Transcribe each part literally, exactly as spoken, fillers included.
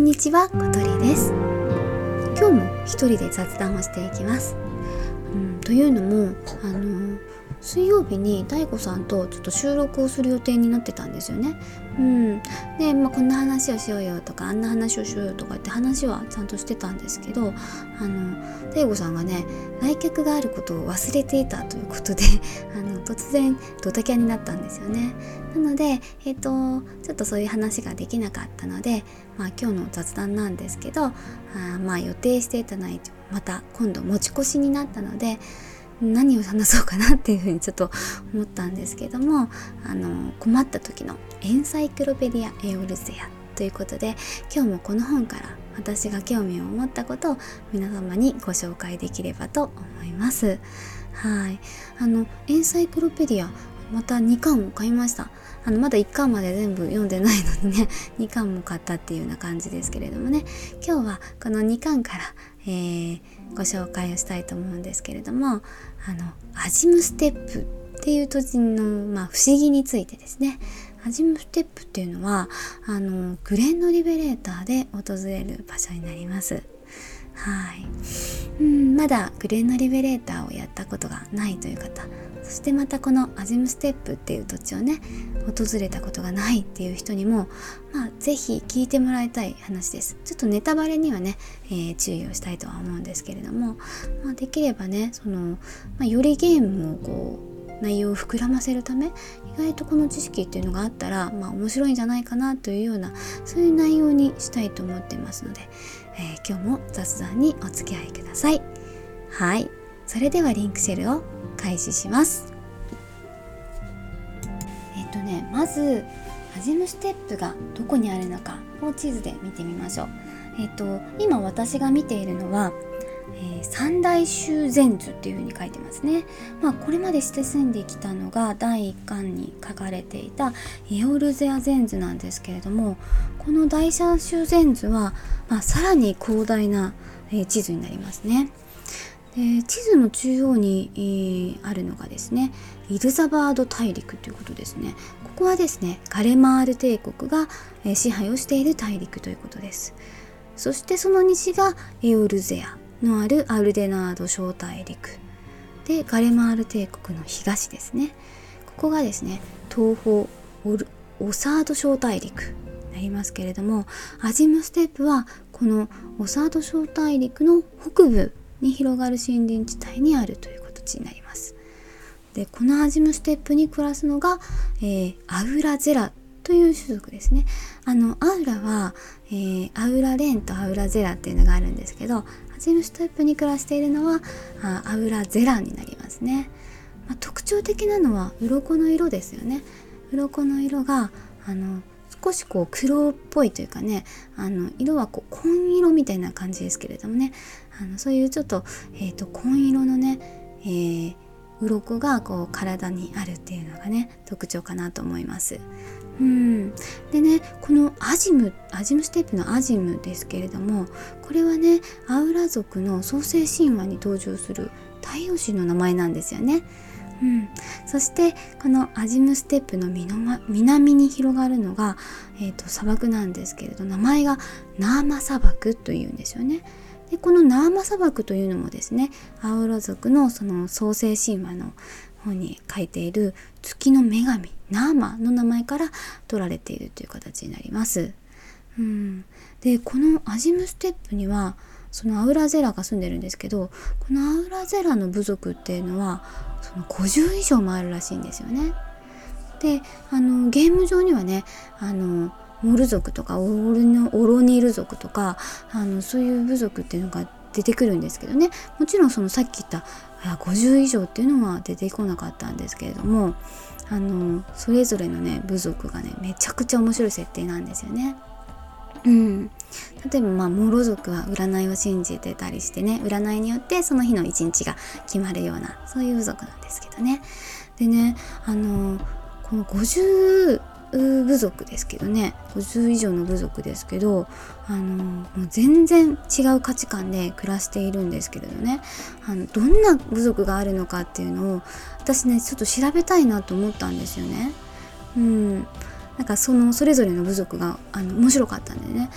んにちは、小鳥です。今日も一人で雑談をしていきます。うん、というのもあの水曜日に大悟さんとちょっと収録をする予定になってたんですよね。うん、で、まあ、こんな話をしようよとかあんな話をしようよとかって話はちゃんとしてたんですけど、あの大悟さんがね来客があることを忘れていたということであの突然ドタキャンになったんですよね。なので、えーと、ちょっとそういう話ができなかったので、まあ、今日の雑談なんですけど、あまあ予定していた内容また今度持ち越しになったので何を話そうかなっていうふうにちょっと思ったんですけども、あの困った時のエンサイクロペディア・エオルゼアということで、今日もこの本から私が興味を持ったことを皆様にご紹介できればと思います。はい、あのエンサイクロペディアまたにかんも買いました。あのまだいっかんまで全部読んでないのにねにかんも買ったっていうような感じですけれどもね、今日はこのにかんから、えー、ご紹介をしたいと思うんですけれども、あのアジムステップっていう土地の、まあ、不思議についてですね。アジムステップっていうのはあのグレンノリベレーターで訪れる場所になります。はい、うん、まだグレンノリベレーターをやったことがないという方、そしてまたこのアジムステップっていう土地をね訪れたことがないっていう人にも、まあ、ぜひ聞いてもらいたい話です。ちょっとネタバレにはね、えー、注意をしたいとは思うんですけれども、まあ、できればねその、まあ、よりゲームをこう内容を膨らませるため、意外とこの知識っていうのがあったら、まあ、面白いんじゃないかなというようなそういう内容にしたいと思っていますので、えー、今日も雑談にお付き合いください。はい、それではリンクシェルを開始します。えっとねまずアジムステップがどこにあるのかを地図で見てみましょう。えっと今私が見ているのは、えー、三大修禅図っていう風に書いてますね。まあこれまで親しんできたのがだいいっかんに書かれていたエオルゼア禅図なんですけれども、この第三修禅図は、まあ、さらに広大な、えー、地図になりますね。で地図の中央に、えー、あるのがですねイルザバード大陸ということですね。ここはですねガレマール帝国が、えー、支配をしている大陸ということです。そしてその西がエオルゼアのあるアルデナード小大陸で、ガレマール帝国の東ですね、ここがですね東方オルオサード小大陸になりますけれども、アジムステップはこのオサード小大陸の北部に広がる森林地帯にあるという形になります。でこのアジムステップに暮らすのが、えー、アウラゼラという種族ですね。あのアウラは、えー、アウラレンとアウラゼラっていうのがあるんですけど、アジムステップに暮らしているのはあアウラゼラになりますね。まあ、特徴的なのは鱗の色ですよね。鱗の色があの少しこう黒っぽいというかね、あの色はこう紺色みたいな感じですけれどもね、あのそういうちょっと,、えー、と紺色のね、えー、鱗がこう体にあるっていうのがね特徴かなと思います。うん、でねこのアジムアジムステップのアジムですけれども、これはねアウラ族の創世神話に登場する太陽神の名前なんですよね。うん、そしてこのアジムステップの南に広がるのが、えーと、砂漠なんですけれど、名前がナーマ砂漠というんですよね。でこのナーマ砂漠というのもですねアウラ族のその創世神話の本に書いている月の女神ナーマの名前から取られているという形になります。うん、でこのアジムステップにはそのアウラゼラが住んでるんですけど、このアウラゼラの部族っていうのはそのごじゅう以上もあるらしいんですよね。であのゲーム上にはねあのモル族とかオルノオロニール族とかあのそういう部族っていうのが出てくるんですけどね、もちろんそのさっき言ったごじゅう以上っていうのは出てこなかったんですけれども、あのそれぞれのね部族がねめちゃくちゃ面白い設定なんですよね。うん、例えばまあモロ族は占いを信じてたりしてね、占いによってその日の一日が決まるようなそういう部族なんですけどね。でねあのこのごじゅう部族ですけどね、ごじゅう以上の部族ですけど、あのもう全然違う価値観で暮らしているんですけれどね、あのどんな部族があるのかっていうのを私ねちょっと調べたいなと思ったんですよね。うん、なんかそのそれぞれの部族があの面白かったんでね、あ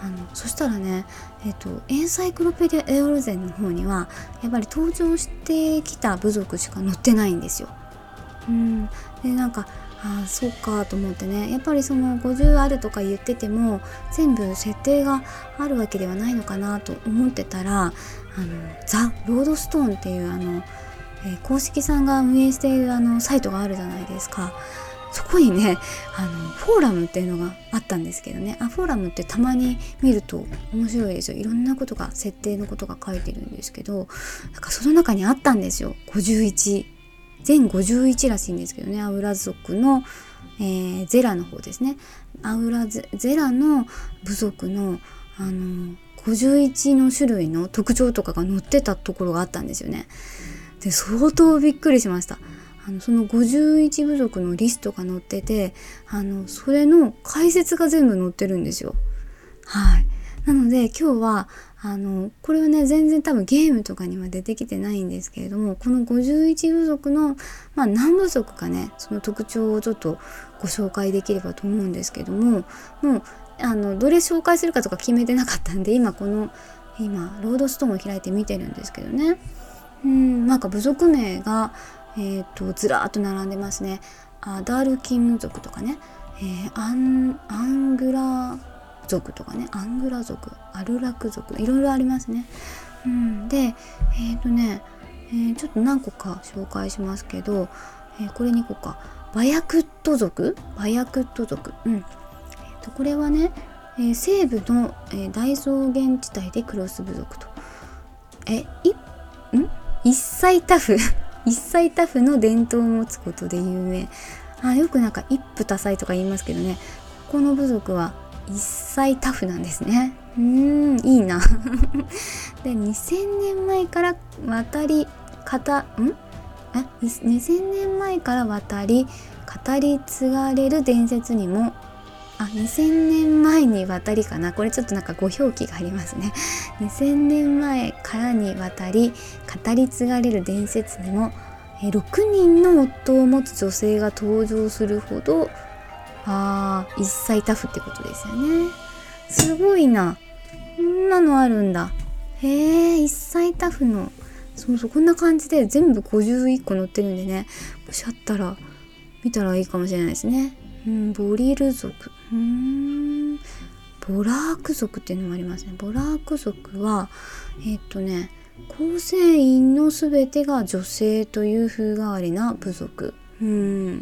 あのそしたらね、えっと、エンサイクロペディア・エオルゼンの方にはやっぱり登場してきた部族しか載ってないんですよ。うん、でなんかああそうかと思ってね、やっぱりそのごじゅうあるとか言ってても全部設定があるわけではないのかなと思ってたら、あのザ・ロードストーンっていうあの、えー、公式さんが運営しているあのサイトがあるじゃないですか。そこにねあのフォーラムっていうのがあったんですけどね、あフォーラムってたまに見ると面白いですよ。いろんなことが設定のことが書いてるんですけど、なんかその中にあったんですよ。ごじゅういち全ごじゅういちらしいんですけどね、アウラ族の、えー、ゼラの方ですね。アウラ ゼ, ゼラの部族の、あのごじゅういちの種類の特徴とかが載ってたところがあったんですよね。で相当びっくりしました。あのそのごじゅういち部族のリストが載ってて、あのそれの解説が全部載ってるんですよ。はい。なので今日はあのこれはね全然多分ゲームとかには出てきてないんですけれども、このごじゅういち部族の、まあ、何部族かねその特徴をちょっとご紹介できればと思うんですけども、もうあのどれ紹介するかとか決めてなかったんで、今この今ロードストーンを開いて見てるんですけどね、うんなんか部族名が、えー、とずらーっと並んでますね。アダルキング族とかね、えー、アンアングラ族とかね、アングラ族、アルラク族、いろいろありますね。うん、で、えっ、ー、とね、えー、ちょっと何個か紹介しますけど、えー、これにこうか、バヤクット族、バヤクット族、うん、えー、とこれはね、えー、西部の、えー、大草原地帯でクロス部族と、え、い、ん、一妻多夫、一妻多夫の伝統を持つことで有名。あ、よくなんか一夫多妻とか言いますけどね、ここの部族は一妻多夫なんですね。うーんいいなでにせんねんまえから渡り方んあにせんねんまえから渡り語り継がれる伝説にも、あにせんねんまえに渡りかな、これちょっとなんかご表記がありますね。にせんねんまえからに渡り語り継がれる伝説にもろくにんの夫を持つ女性が登場するほど、あー一妻多夫ってことですよね。すごいな、こんなのあるんだ。へえ、一妻多夫の、そうそうこんな感じで全部ごじゅういっこ載ってるんでね、もしあったら見たらいいかもしれないですね。うん、ボリル族、うーんボラーク族っていうのもありますね。ボラーク族はえー、っとね構成員のすべてが女性という風変わりな部族。うん、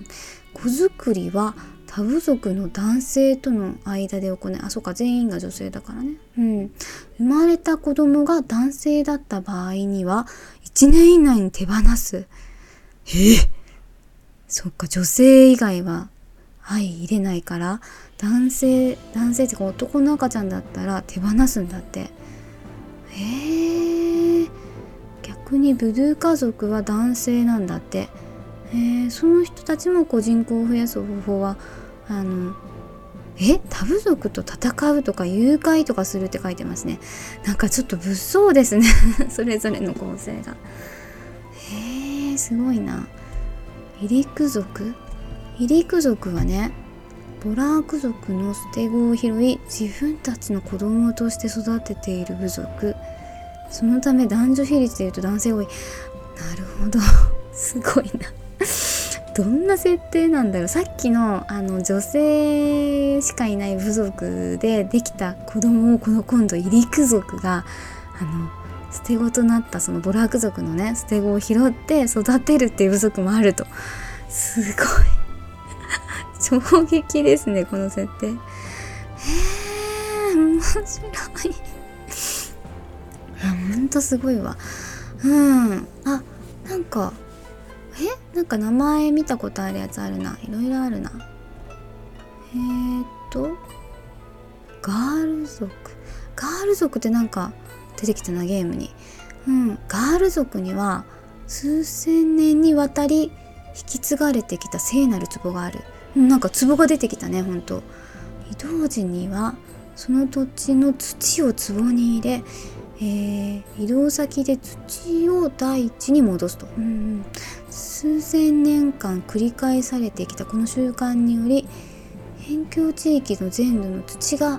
子作りは他部族の男性との間で行い、あ、そうか全員が女性だからね。うん、生まれた子供が男性だった場合にはいちねん以内に手放す。えそっか、女性以外は相入れないから男性男性ってか男の赤ちゃんだったら手放すんだって。へえ、逆にブドゥ家族は男性なんだって。えー、その人たちもこう人口を増やす方法はあのえ他部族と戦うとか誘拐とかするって書いてますね。なんかちょっと物騒ですねそれぞれの構成が。へえ、すごいな。イリク族イリク族はねボラーク族の捨て子を拾い自分たちの子供として育てている部族。そのため男女比率でいうと男性多い。なるほどすごいなどんな設定なんだろう。さっきのあの女性しかいない部族でできた子供をこの今度イリク族があの捨て子となったそのボラーク族のね捨て子を拾って育てるっていう部族もあると。すごい衝撃ですねこの設定。へえ、面白いほんとすごいわ。うんあなんかえなんか名前見たことあるやつあるな。いろいろあるな。えーっとガール族ガール族ってなんか出てきたなゲームに。うんガール族には数千年にわたり引き継がれてきた聖なる壺がある。なんか壺が出てきたね。ほんと移動時にはその土地の土を壺に入れ、えー、移動先で土を大地に戻すと、うんうん、数千年間繰り返されてきたこの習慣により辺境地域の全土の土が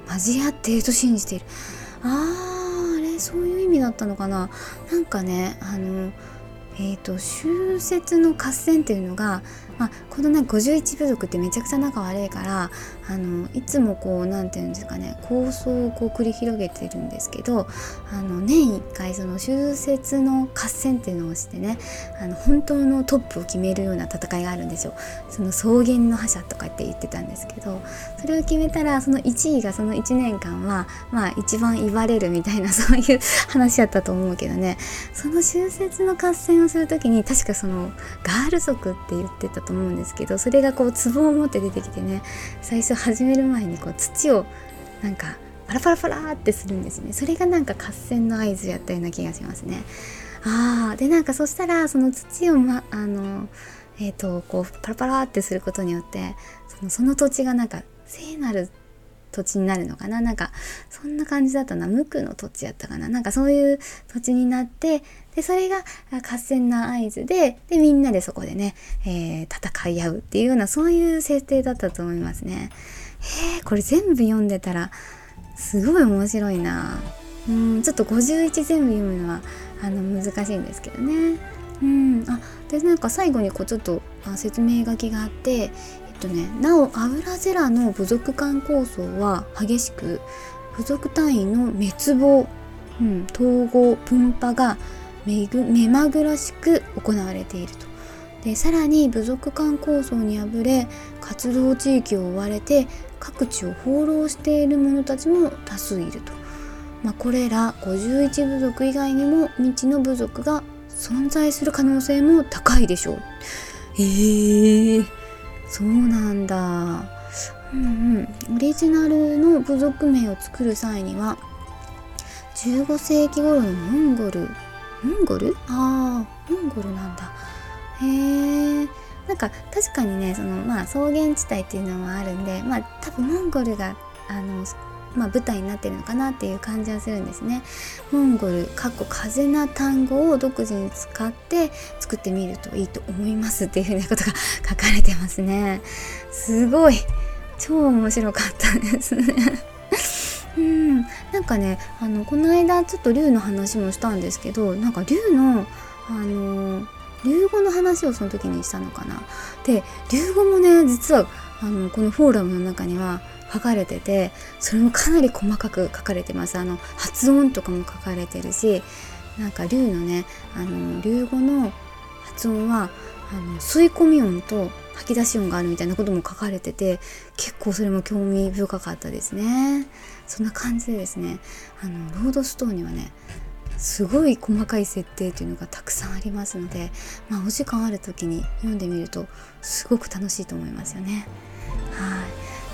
交わっていると信じている。あー、あれそういう意味だったのかな。なんかね、あのえーと宗節の合戦っていうのが、まあ、このなんかごじゅういち部族ってめちゃくちゃ仲悪いから、あのいつもこうなんていうんですかね、抗争をこう繰り広げてるんですけど、あの年いっかいその宗節の合戦っていうのをしてね、あの本当のトップを決めるような戦いがあるんですよ。その草原の覇者とかって言ってたんですけど、それを決めたらそのいちいがそのいちねんかんはまあ一番言われるみたいな、そういう話やったと思うけどね。その宗節の合戦をするときに確かそのガール族って言ってたと思うんですけど、それがこう壺を持って出てきてね、最初始める前にこう土をなんかパラパラパラってするんですね。それがなんか合戦の合図やったような気がしますね。あー、でなんかそしたらその土を、ま、あのえーとこうパラパラってすることによってその、その土地がなんか聖なる土地になるのかな、なんかそんな感じだったな。無垢の土地やったかな、なんかそういう土地になって、でそれが合戦の合図で、でみんなでそこでね、えー、戦い合うっていうような、そういう設定だったと思いますね。へー、これ全部読んでたらすごい面白いな。うん、ちょっとごじゅういち全部読むのはあの難しいんですけどね。うん、あでなんか最後にこうちょっと説明書きがあって、えっとね、なおアウラゼラの部族間抗争は激しく、部族単位の滅亡、うん、統合分派が目ぐ目まぐるしく行われていると。でさらに部族間抗争に敗れ活動地域を追われて各地を放浪している者たちも多数いると。まあ、これらごじゅういち部族以外にも未知の部族が存在する可能性も高いでしょう。へー、そうなんだ。うんうん、オリジナルの部族名を作る際にはじゅうごせいき頃のモンゴルモンゴルああモンゴルなんだ。へー、なんか確かにね、そのまあ草原地帯っていうのもあるんで、まあ多分モンゴルがあのまあ舞台になってるのかなっていう感じはするんですね。モンゴルかっこ風な単語を独自に使って作ってみるといいと思いますっていうふうなことが書かれてますね。すごい超面白かったですね。うん、なんかね、あのこの間ちょっと竜の話もしたんですけど、なんか竜のあの竜語の話をその時にしたのかな。で竜語もね、実はあのこのフォーラムの中には書かれてて、それもかなり細かく書かれてます。あの発音とかも書かれてるし、なんか竜のね、あの竜語の発音はあの吸い込み音と吐き出し音があるみたいなことも書かれてて、結構それも興味深かったですね。そんな感じでですね、あのロードストーンにはね、すごい細かい設定というのがたくさんありますので、まあ、お時間ある時に読んでみるとすごく楽しいと思いますよね。はい。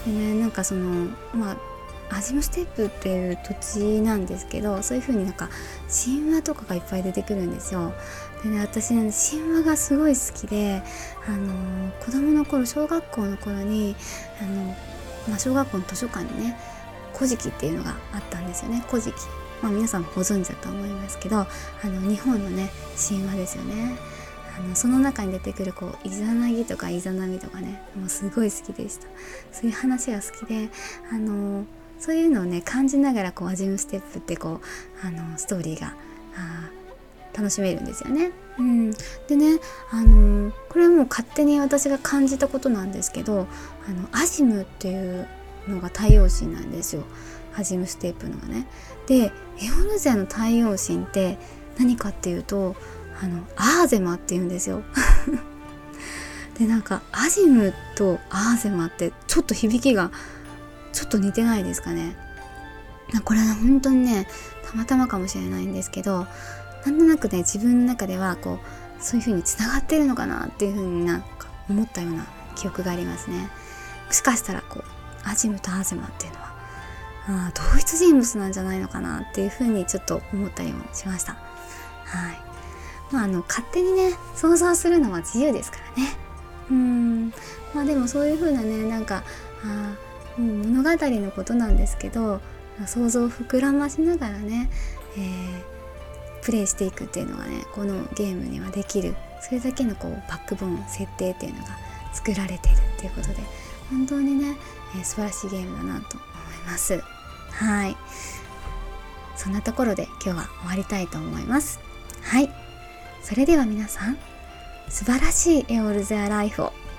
でね、なんかそのまあアジムステップっていう土地なんですけど、そういう風になんか神話とかがいっぱい出てくるんですよ。でね、私ね、神話がすごい好きで、あのー、子供の頃、小学校の頃にあの、まあ、小学校の図書館にね、古事記っていうのがあったんですよね。古事記、まあ、皆さんご存知だと思いますけど、あの日本のね神話ですよね。あのその中に出てくるこうイザナギとかイザナミとかね、もうすごい好きでした。そういう話が好きで、あのそういうのをね感じながらこうアジムステップってこうあのストーリーがあ楽しめるんですよね。うん、でね、あのこれはもう勝手に私が感じたことなんですけど、あのアジムっていうのが太陽神なんですよ。アジムステップのがね。でエオルゼアの太陽神って何かっていうと、あのアーゼマっていうんですよ。でなんかアジムとアーゼマってちょっと響きがちょっと似てないですかね。これは本当にねたまたまかもしれないんですけど、なんとなくね自分の中ではこうそういう風につながってるのかなっていう風になんか思ったような記憶がありますね。もしかしたらこうアジムとアーゼマっていうのはあ同一人物なんじゃないのかなっていう風にちょっと思ったりもしました。はい。まああの勝手にね想像するのは自由ですからね。うーんまあでもそういう風なねなんかあ、うん、物語のことなんですけど、想像を膨らましながらね、えー、プレイしていくっていうのがねこのゲームにはできる、それだけのこうバックボーン設定っていうのが作られているっていうことで、本当にね、えー、素晴らしいゲームだなと思います。 はい、そんなところで今日は終わりたいと思います。はい、それでは皆さん、素晴らしいエオールゼアライフを